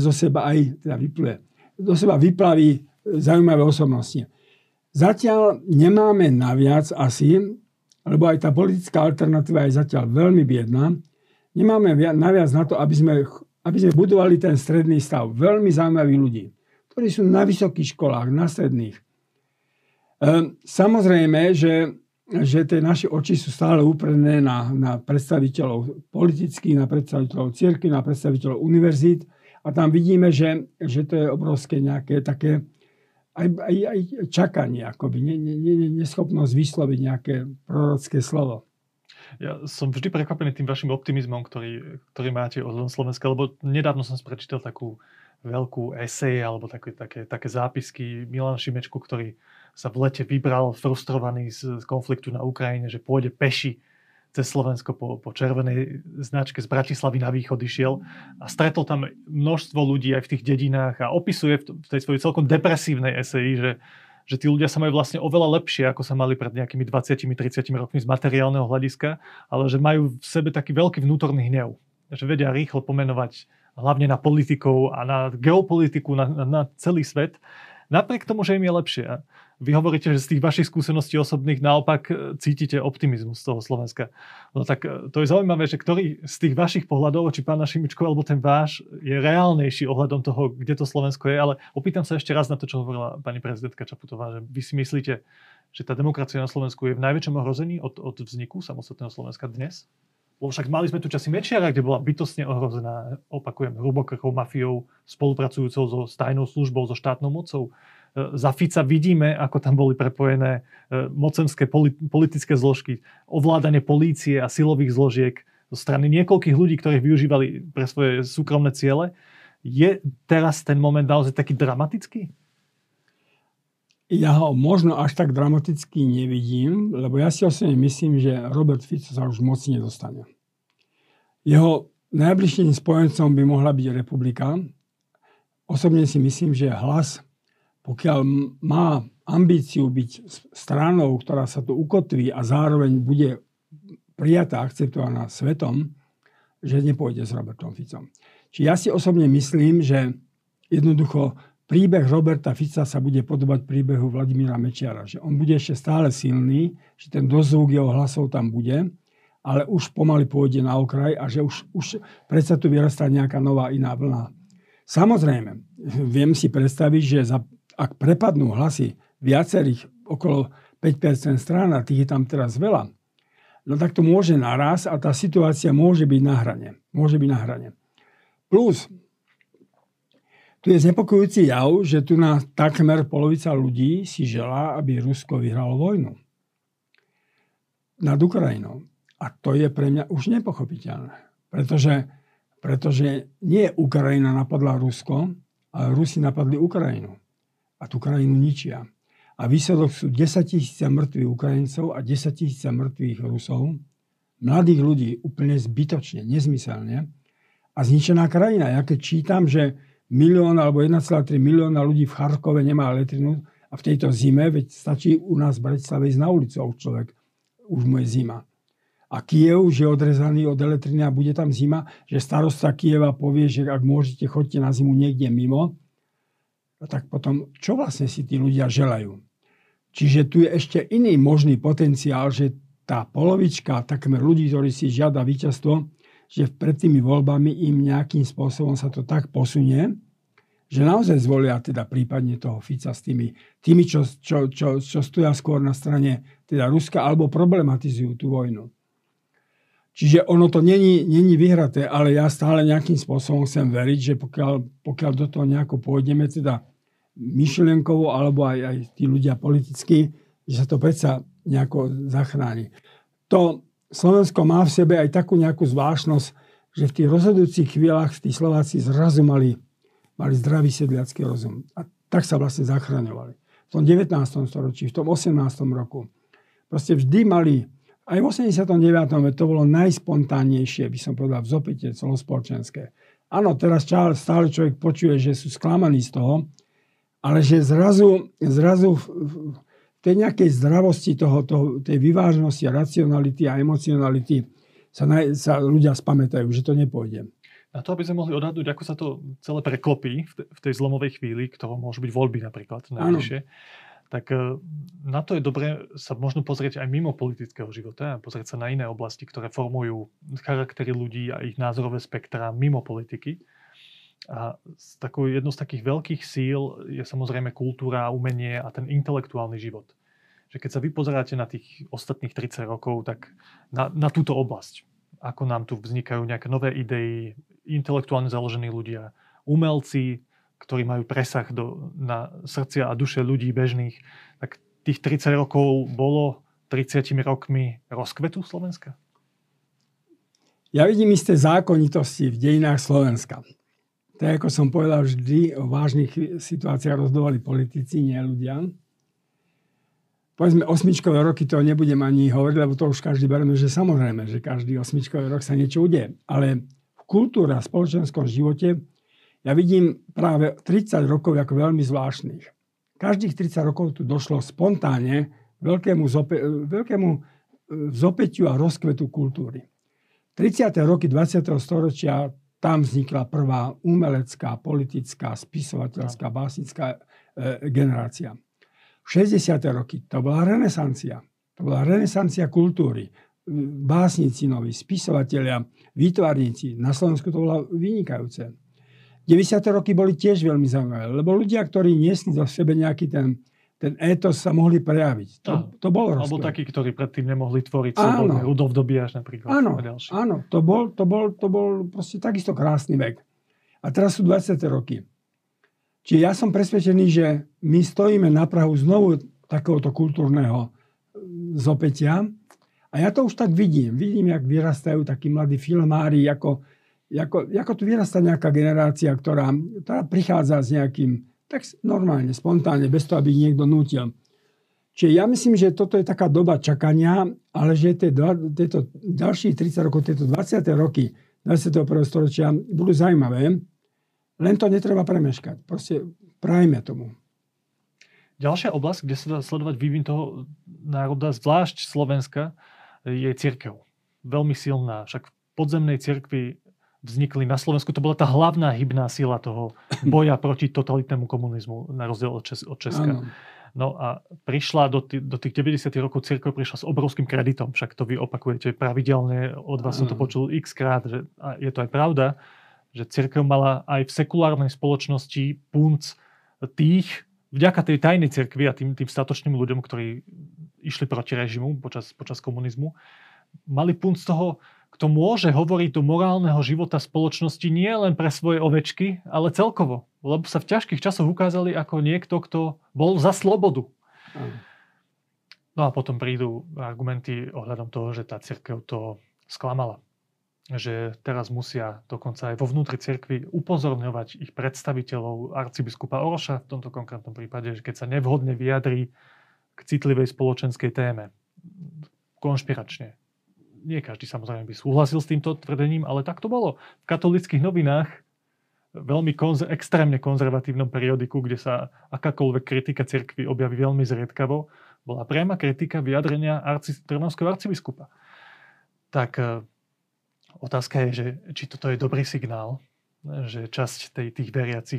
Speaker 2: vyplaví zaujímavé osobnosti. Zatiaľ nemáme naviac asi, lebo aj tá politická alternatíva je zatiaľ veľmi biedná, nemáme naviac na to, aby sme budovali ten stredný stav. Veľmi zaujímavých ľudí, ktorí sú na vysokých školách, na stredných. Samozrejme, že tie naše oči sú stále uprené na predstaviteľov politických, na predstaviteľov cirkvi, na predstaviteľov univerzít. A tam vidíme, že to je obrovské nejaké také aj čakanie, akoby neschopnosť vysloviť nejaké prorocké slovo.
Speaker 1: Ja som vždy prekvapený tým vašim optimizmom, ktorý máte ohľadom Slovenska, lebo nedávno som prečítal takú veľkú esej alebo také zápisky Milana Šimečku, ktorý sa v lete vybral frustrovaný z konfliktu na Ukrajine, že pôjde peši cez Slovensko po červenej značke z Bratislavy na východ išiel a stretol tam množstvo ľudí aj v tých dedinách a opisuje v tej svojej celkom depresívnej eseji, že tí ľudia sa majú vlastne oveľa lepšie, ako sa mali pred nejakými 20-30 rokmi z materiálneho hľadiska, ale že majú v sebe taký veľký vnútorný hnev. Že vedia rýchlo pomenovať hlavne na politikov a na geopolitiku, na celý svet. Napriek tomu, že im je lepšie. A vy hovoríte, že z tých vašich skúseností osobných naopak cítite optimizmus z toho Slovenska. No tak to je zaujímavé, že ktorý z tých vašich pohľadov, či pána Šimičko, alebo ten váš, je reálnejší ohľadom toho, kde to Slovensko je. Ale opýtam sa ešte raz na to, čo hovorila pani prezidentka Čaputová, že vy si myslíte, že tá demokracia na Slovensku je v najväčšom ohrození od vzniku samostatného Slovenska dnes? Lebo však mali sme tu časy Mečiara, kde bola bytostne ohrozená, opakujem, hrubokrvou mafiou, spolupracujúcou so tajnou službou, so štátnou mocou. Za Fica vidíme, ako tam boli prepojené mocenské politické zložky, ovládanie polície a silových zložiek zo strany niekoľkých ľudí, ktorých využívali pre svoje súkromné ciele. Je teraz ten moment naozaj taký dramatický?
Speaker 2: Ja ho možno až tak dramaticky nevidím, lebo ja si osobne myslím, že Robert Fico sa už moc nedostane. Jeho najbližším spojencom by mohla byť Republika. Osobne si myslím, že Hlas, pokiaľ má ambíciu byť stranou, ktorá sa tu ukotví a zároveň bude prijatá, akceptovaná svetom, že nepôjde s Robertom Ficom. Čiže ja si osobne myslím, že jednoducho príbeh Roberta Fica sa bude podobať príbehu Vladimíra Mečiara. Že on bude ešte stále silný, že ten dozvuk jeho hlasov tam bude, ale už pomaly pôjde na okraj a že už predsa tu vyrastá nejaká nová iná vlna. Samozrejme, viem si predstaviť, že ak prepadnú hlasy viacerých okolo 5% strán, a tých je tam teraz veľa, no tak to môže naraz a tá situácia môže byť na hrane. Plus, tu je znepokojujúci jav, že tu na takmer polovica ľudí si želá, aby Rusko vyhralo vojnu nad Ukrajinou. A to je pre mňa už nepochopiteľné. Pretože nie Ukrajina napadla Rusko, ale Rusi napadli Ukrajinu. A tú krajinu ničia. A výsledok sú 10 000 mŕtvych Ukrajincov a 10 000 mŕtvych Rusov. Mladých ľudí úplne zbytočne, nezmyselne. A zničená krajina. Ja keď čítam, že 1 alebo 1,3 milióna ľudí v Charkove nemá elektrinu a v tejto zime, veď stačí u nás v Bratislave ísť na ulicu, už mu je zima. A Kyjev už je odrezaný od elektriny a bude tam zima, že starosta Kyjeva povie, že ak môžete, choďte na zimu niekde mimo, tak potom čo vlastne si tí ľudia želajú? Čiže tu je ešte iný možný potenciál, že tá polovička takmer ľudí, ktorí si žiada víťazstvo, že pred tými voľbami im nejakým spôsobom sa to tak posunie, že naozaj zvolia teda prípadne toho Fica s tými čo stoja skôr na strane teda Ruska alebo problematizujú tú vojnu. Čiže ono to není vyhraté, ale ja stále nejakým spôsobom chcem veriť, že pokiaľ do toho nejako pôjdeme, teda myšlienkovo alebo aj tí ľudia politicky, že sa to predsa nejako zachráni. To Slovensko má v sebe aj takú nejakú zvláštnosť, že v tých rozhodujúcich chvíľach tí Slováci zrazu mali zdravý sedliacky rozum. A tak sa vlastne zachraňovali. V tom 19. storočí, v tom 18. roku. Proste vždy mali, aj v 89. to bolo najspontánnejšie, by som povedal, vzopätie celospoločenské. Áno, teraz stále človek počuje, že sú sklamaní z toho, ale že zrazu v tej nejakej zdravosti tej vyváženosti, racionality a emocionality sa ľudia spamätajú, že to nepôjde.
Speaker 1: Na to, aby sme mohli odhadnúť, ako sa to celé preklopí v tej zlomovej chvíli, ktorou môžu byť voľby napríklad najbližšie, tak na to je dobré sa možno pozrieť aj mimo politického života a pozrieť sa na iné oblasti, ktoré formujú charaktery ľudí a ich názorové spektra mimo politiky. A jednou z takých veľkých síl je samozrejme kultúra, umenie a ten intelektuálny život. Že keď sa vy pozeráte na tých ostatných 30 rokov, tak na túto oblasť, ako nám tu vznikajú nejaké nové idei, intelektuálne založení ľudia, umelci, ktorí majú presah na srdcia a duše ľudí bežných, tak tých 30 rokov bolo 30 rokmi rozkvetu Slovenska?
Speaker 2: Ja vidím isté zákonitosti v dejinách Slovenska. Tak ako som povedal, vždy o vážnych situáciách rozhodovali politici, nie ľudia. Povedzme, 8-čkové roky to nebudem ani hovoriť, lebo to už každý bereme, že samozrejme, že každý 8-čkový rok sa niečo udeje. Ale v kultúre a spoločenskom živote ja vidím práve 30 rokov ako veľmi zvláštnych. Každých 30 rokov tu došlo spontánne veľkému vzopätiu a rozkvetu kultúry. 30. roky 20. storočia tam vznikla prvá umelecká, politická, spisovateľská, básnická generácia. V 60. roky to bola renesancia. To bola renesancia kultúry. Básnici noví, spisovatelia, výtvarníci. Na Slovensku to bolo vynikajúce. 90. roky boli tiež veľmi zaujímavé, lebo ľudia, ktorí niesli do sebe nejaký ten étos, sa mohli prejaviť. To bol rozkvet.
Speaker 1: Alebo takí, ktorí predtým nemohli tvoriť slobodne. Rudolf Dobiaš napríklad.
Speaker 2: Áno, to bol proste takisto krásny vek. A teraz sú 20. roky. Čiže ja som presvedčený, že my stojíme na prahu znovu takéhoto kultúrneho zopätia. A ja to už tak vidím. Vidím, jak vyrastajú takí mladí filmári, ako tu vyrastá nejaká generácia, ktorá prichádza s nejakým tak normálne, spontánne, bez toho, aby niekto nútil. Čiže ja myslím, že toto je taká doba čakania, ale že tieto ďalších 30 rokov, tieto 20. roky 21. storočia budú zaujímavé. Len to netreba premeškať. Proste prajme tomu.
Speaker 1: Ďalšia oblasť, kde sa dá sledovať vývin toho národa, zvlášť Slovenska, je cirkev. Veľmi silná. Však v podzemnej cirkvi vznikli na Slovensku. To bola tá hlavná hybná sila toho boja proti totalitnému komunizmu, na rozdiel od Česka. Áno. No a prišla do tých 90. rokov cirkev prišla s obrovským kreditom. Však to vy opakujete pravidelne. Od vás som to počul x krát. Že, a je to aj pravda, že cirkev mala aj v sekulárnej spoločnosti punc tých, vďaka tej tajnej cirkvi a tým statočným ľuďom, ktorí išli proti režimu počas komunizmu, mali punc toho, kto môže hovoriť do morálneho života spoločnosti nie len pre svoje ovečky, ale celkovo. Lebo sa v ťažkých časoch ukázali ako niekto, kto bol za slobodu. No a potom prídu argumenty ohľadom toho, že tá cirkev to sklamala. Že teraz musia dokonca aj vo vnútri cirkvi upozorňovať ich predstaviteľov, arcibiskupa Oroša v tomto konkrétnom prípade, že keď sa nevhodne vyjadrí k citlivej spoločenskej téme, konšpiračne. Nie každý samozrejme by súhlasil s týmto tvrdením, ale tak to bolo. V katolíckych novinách, veľmi extrémne konzervatívnom periodiku, kde sa akákoľvek kritika cirkvi objaví veľmi zriedkavo, bola priama kritika vyjadrenia trnavského arcibiskupa. Tak otázka je, že či toto je dobrý signál, že časť tých veriacich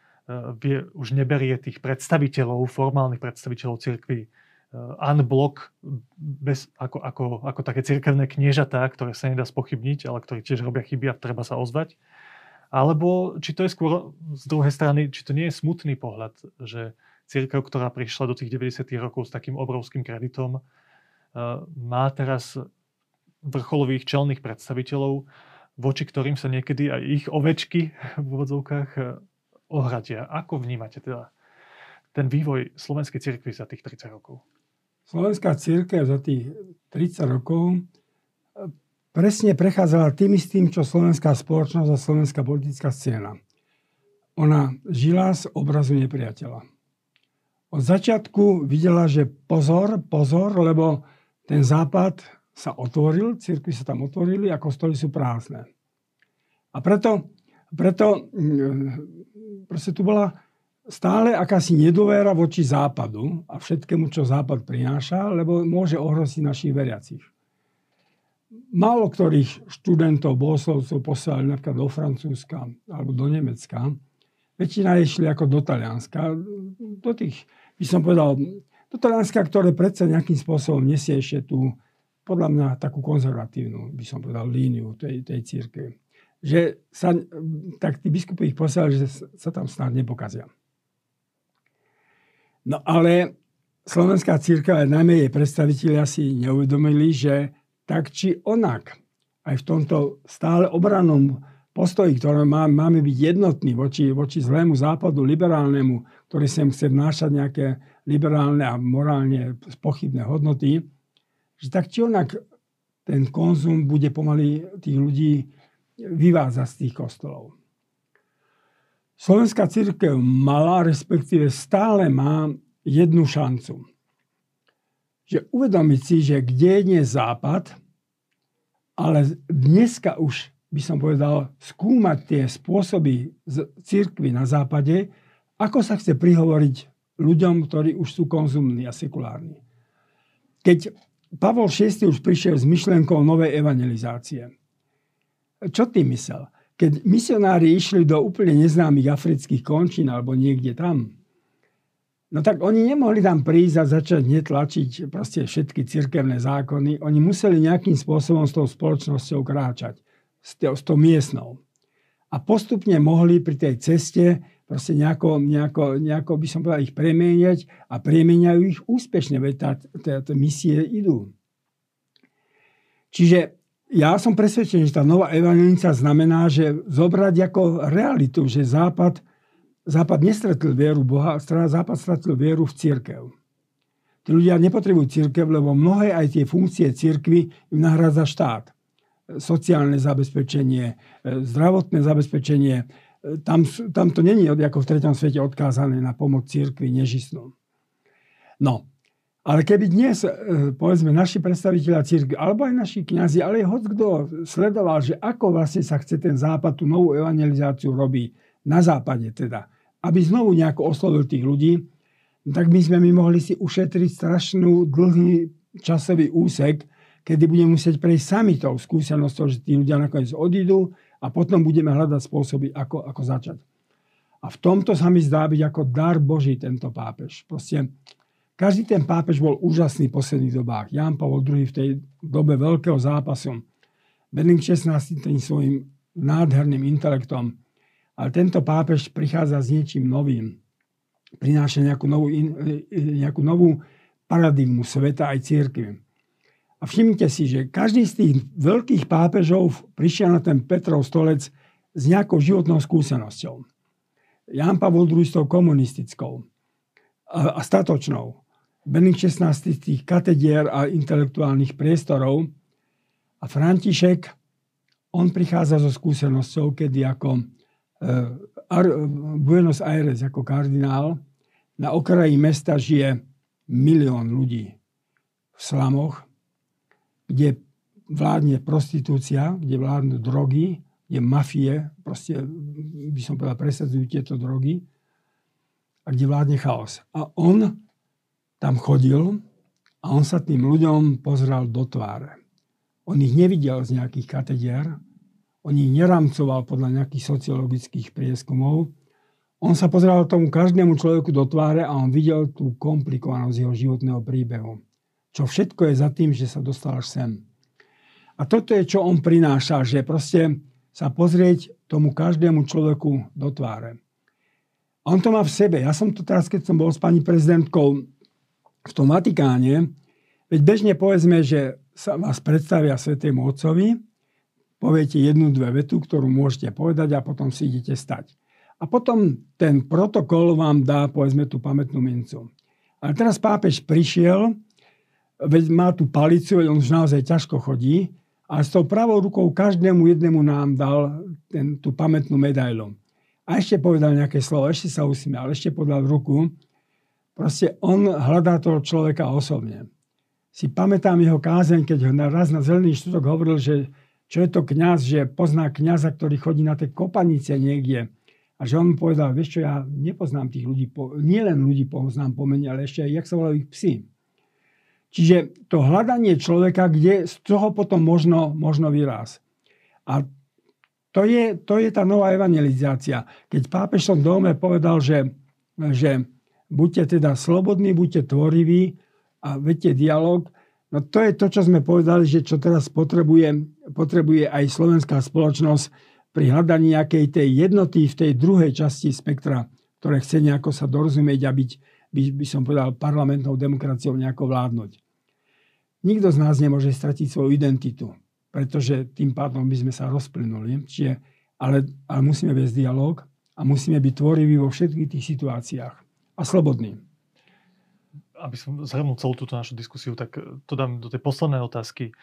Speaker 1: už neberie tých predstaviteľov, formálnych predstaviteľov cirkvi unblock ako také cirkevné kniežatá, ktoré sa nedá spochybniť, ale ktorí tiež robia chyby a treba sa ozvať. Alebo či to je skôr z druhej strany, či to nie je smutný pohľad, že cirkev, ktorá prišla do tých 90. rokov s takým obrovským kreditom, má teraz vrcholových čelných predstaviteľov, voči ktorým sa niekedy aj ich ovečky v úvodzovkách ohradia. Ako vnímate teda ten vývoj slovenskej cirkvi za tých 30 rokov?
Speaker 2: Slovenská cirkev za tých 30 rokov presne prechádzala tým istým, čo slovenská spoločnosť a slovenská politická scéna. Ona žila z obrazu nepriateľa. Od začiatku videla, že pozor, lebo ten západ sa otvoril, cirkvi sa tam otvorili a kostoly sú prázdne. A preto tu bola stále akási nedôvera voči západu a všetkému, čo západ prináša, lebo môže ohroziť našich veriacich. Málo ktorých študentov, bohoslovcov poslali napríklad do Francúzska alebo do Nemecka. Väčšina išli ako do Talianska. Do tých, by som povedal, do Talianska, ktoré predsa nejakým spôsobom nesie ešte tú, podľa mňa, takú konzervatívnu, by som povedal, líniu tej cirkvi. Že tak tí biskupy ich poslali, že sa tam snad nepokazia. No ale slovenská cirkev, najmä jej predstavitelia si neuvedomili, že tak či onak, aj v tomto stále obrannom postoji, ktoré máme byť jednotní voči zlému západu, liberálnemu, ktorý sem chce vnášať nejaké liberálne a morálne pochybné hodnoty, že tak či onak ten konzum bude pomaly tých ľudí vyvázať z tých kostolov. Slovenská cirkev mala, respektíve stále má jednu šancu. Že uvedomiť si, že kde je západ, ale dneska už, by som povedal, skúmať tie spôsoby cirkvi na západe, ako sa chce prihovoriť ľuďom, ktorí už sú konzumní a sekulárni. Keď Pavol VI už prišiel s myšlienkou novej evangelizácie, čo tým myslel? Keď misionári išli do úplne neznámych afrických končín alebo niekde tam, no tak oni nemohli tam prísť a začať netlačiť proste všetky cirkevné zákony. Oni museli nejakým spôsobom s tou spoločnosťou kráčať, s tou miestnou. A postupne mohli pri tej ceste proste nejako by som povedal, ich premieňať a premieňajú ich úspešne, veď tie misie idú. Čiže ja som presvedčený, že tá nová evangelícia znamená, že zobrať ako realitu, že Západ Západ nestratil vieru Boha, Západ stratil vieru v cirkev. Tí ľudia nepotrebujú cirkev, lebo mnohé aj tie funkcie cirkvi im nahrádza štát. Sociálne zabezpečenie, zdravotné zabezpečenie. Tam to není ako v treťom svete odkázané na pomoc cirkvi nežistnú. No, ale keby dnes, povedzme, naši predstavitelia cirkvi, alebo aj naši kňazi, ale hoď kto sledoval, že ako vlastne sa chce ten západ, tú novú evangelizáciu robí na západe teda, aby znovu nejako oslovil tých ľudí, tak my mohli si ušetriť strašnú dlhý časový úsek, kedy budeme musieť prejsť sami tou skúsenosťou, že tí ľudia nakoniec odídu a potom budeme hľadať spôsoby, ako začať. A v tomto sa mi zdá byť ako dar Boží tento pápež. Proste každý ten pápež bol úžasný v posledných dobách. Ján Pavol II v tej dobe veľkého zápasu. Benedikt XVI tým svojím nádherným intelektom. Ale tento pápež prichádza s niečím novým. Prináša nejakú novú paradigmu sveta aj cirkvi. A všimnite si, že každý z tých veľkých pápežov prišiel na ten Petrov stolec s nejakou životnou skúsenosťou. Ján Pavol II s tou komunistickou a statočnou. Benedikt XVI z tých katedier a intelektuálnych priestorov. A František, on prichádza so skúsenosťou, kedy ako Buenos Aires ako kardinál, na okraji mesta žije 1 000 000 ľudí v slamoch, kde vládne prostitúcia, kde vládnu drogy, kde mafie, proste by som povedal, presadzujú tieto drogy a kde vládne chaos. A on tam chodil a on sa tým ľuďom pozrel do tváre. On ich nevidel z nejakých katedier, on ich neramcoval podľa nejakých sociologických prieskumov. On sa pozeral tomu každému človeku do tváre a on videl tú komplikovanosť jeho životného príbehu. Čo všetko je za tým, že sa dostal až sem. A toto je, čo on prináša, že proste sa pozrieť tomu každému človeku do tváre. A on to má v sebe. Ja som to teraz, keď som bol s pani prezidentkou v tom Vatikáne, veď bežne povedzme, že sa vás predstavia Svätému Otcovi, poviete 1-2 vetu, ktorú môžete povedať a potom si idete stať. A potom ten protokol vám dá, povedzme, tú pamätnú mincu. Ale teraz pápež prišiel, veď má tú palicu, veď on už naozaj ťažko chodí, a s tou pravou rukou každému jednému nám dal tú pamätnú medailu. A ešte povedal nejaké slovo, ešte sa usmial, ešte podal ruku. Proste on hľadá toho človeka osobne. Si pamätám jeho kázeň, keď raz na Zelený štvrtok hovoril, že čo je to kňaz, že pozná kňaza, ktorý chodí na tie kopanice niekde. A že on mu povedal, vieš čo, ja nepoznám tých ľudí, nielen ľudí poznám po mene, ale ešte aj, jak sa volajú ich psi. Čiže to hľadanie človeka, kde z toho potom možno vyráz. A to je tá nová evangelizácia. Keď pápež v tom dome povedal, že buďte teda slobodní, buďte tvoriví a vedte dialog, no to je to, čo sme povedali, že čo teraz potrebuje aj slovenská spoločnosť pri hľadaní nejakej tej jednoty v tej druhej časti spektra, ktoré chce nejako sa dorozumieť a byť, by som povedal, parlamentnou demokraciou nejako vládnuť. Nikto z nás nemôže stratiť svoju identitu, pretože tým pádom by sme sa rozplynuli. Ale musíme viesť dialog a musíme byť tvoriví vo všetkých tých situáciách a slobodní.
Speaker 1: Aby som zhrnul celú túto našu diskusiu, tak to dám do tej poslednej otázky,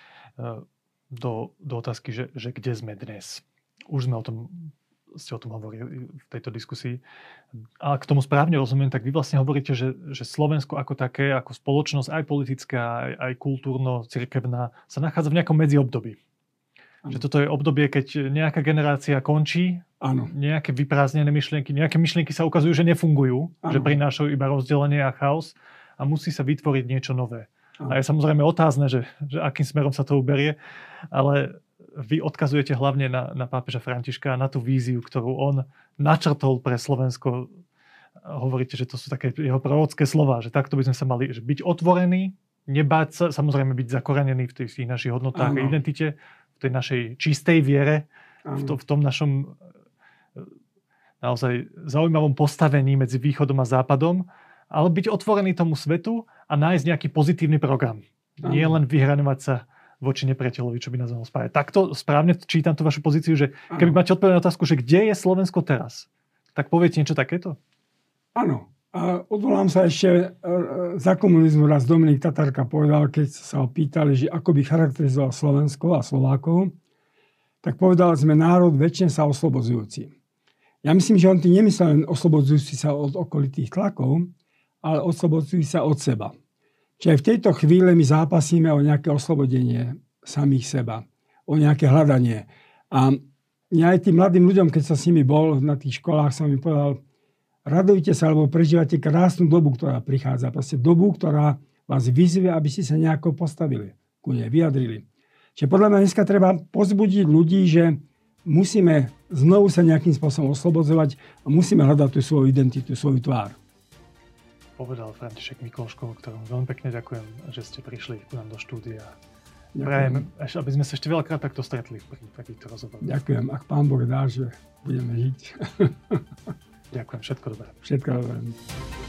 Speaker 1: do otázky, že kde sme dnes. Už ste o tom hovorili v tejto diskusii. A k tomu správne rozumiem, tak vy vlastne hovoríte, že Slovensko ako také, ako spoločnosť, aj politická, aj kultúrno-cirkevná, sa nachádza v nejakom medziobdobí. Ano. Že toto je obdobie, keď nejaká generácia končí, ano. Nejaké vyprázdnené myšlienky, nejaké myšlienky sa ukazujú, že nefungujú, ano. Že prinášajú iba rozdelenie a chaos a musí sa vytvoriť niečo nové. Ano. A je samozrejme otázne, že akým smerom sa to uberie, ale vy odkazujete hlavne na pápeža Františka, na tú víziu, ktorú on načrtol pre Slovensko. Hovoríte, že to sú také jeho prorocké slova, že takto by sme sa mali byť otvorení, nebáť sa, samozrejme byť zakorenení v tých našich hodnotách a identite, v tej našej čistej viere, v tom našom naozaj zaujímavom postavení medzi východom a západom, ale byť otvorený tomu svetu a nájsť nejaký pozitívny program. Nie len vyhraňovať sa voči nepriateľovi, čo by nás mohol spájať. Takto správne čítam tú vašu pozíciu, že keby máte odpovedať na otázku, že kde je Slovensko teraz, Tak poviete niečo takéto?
Speaker 2: Áno. A odvolám sa ešte, za komunizmu raz Dominik Tatarka povedal, keď sa ho pýtali, že ako by charakterizoval Slovensko a Slovákov, tak povedal, sme národ väčšine sa oslobodzujúci. Ja myslím, že on tým nemyslel len oslobodzujúci sa od okolitých tlakov, ale oslobodzujúci sa od seba. Čiže aj v tejto chvíli my zápasíme o nejaké oslobodenie samých seba, o nejaké hľadanie. A ja aj tým mladým ľuďom, keď som s nimi bol na tých školách, som im povedal, radujte sa, alebo prežívate krásnu dobu, ktorá prichádza. Proste dobu, ktorá vás vyzve, aby ste sa nejako postavili, ku nej vyjadrili. Čiže podľa mňa dneska treba pozbudiť ľudí, že musíme znovu sa nejakým spôsobom oslobodzovať a musíme hľadať tú svoju identitu, svoju tvár.
Speaker 1: Povedal František Mikloško, ktorom veľmi pekne ďakujem, že ste prišli ku nám do štúdia.
Speaker 2: Ďakujem.
Speaker 1: Prajem, aby sme sa ešte veľakrát takto stretli pri takýchto rozhovoroch.
Speaker 2: Ďakujem. Ak Pán Boh dá, že budeme žiť.
Speaker 1: Ďakujem, všetko dobré.
Speaker 2: Všetko dobré.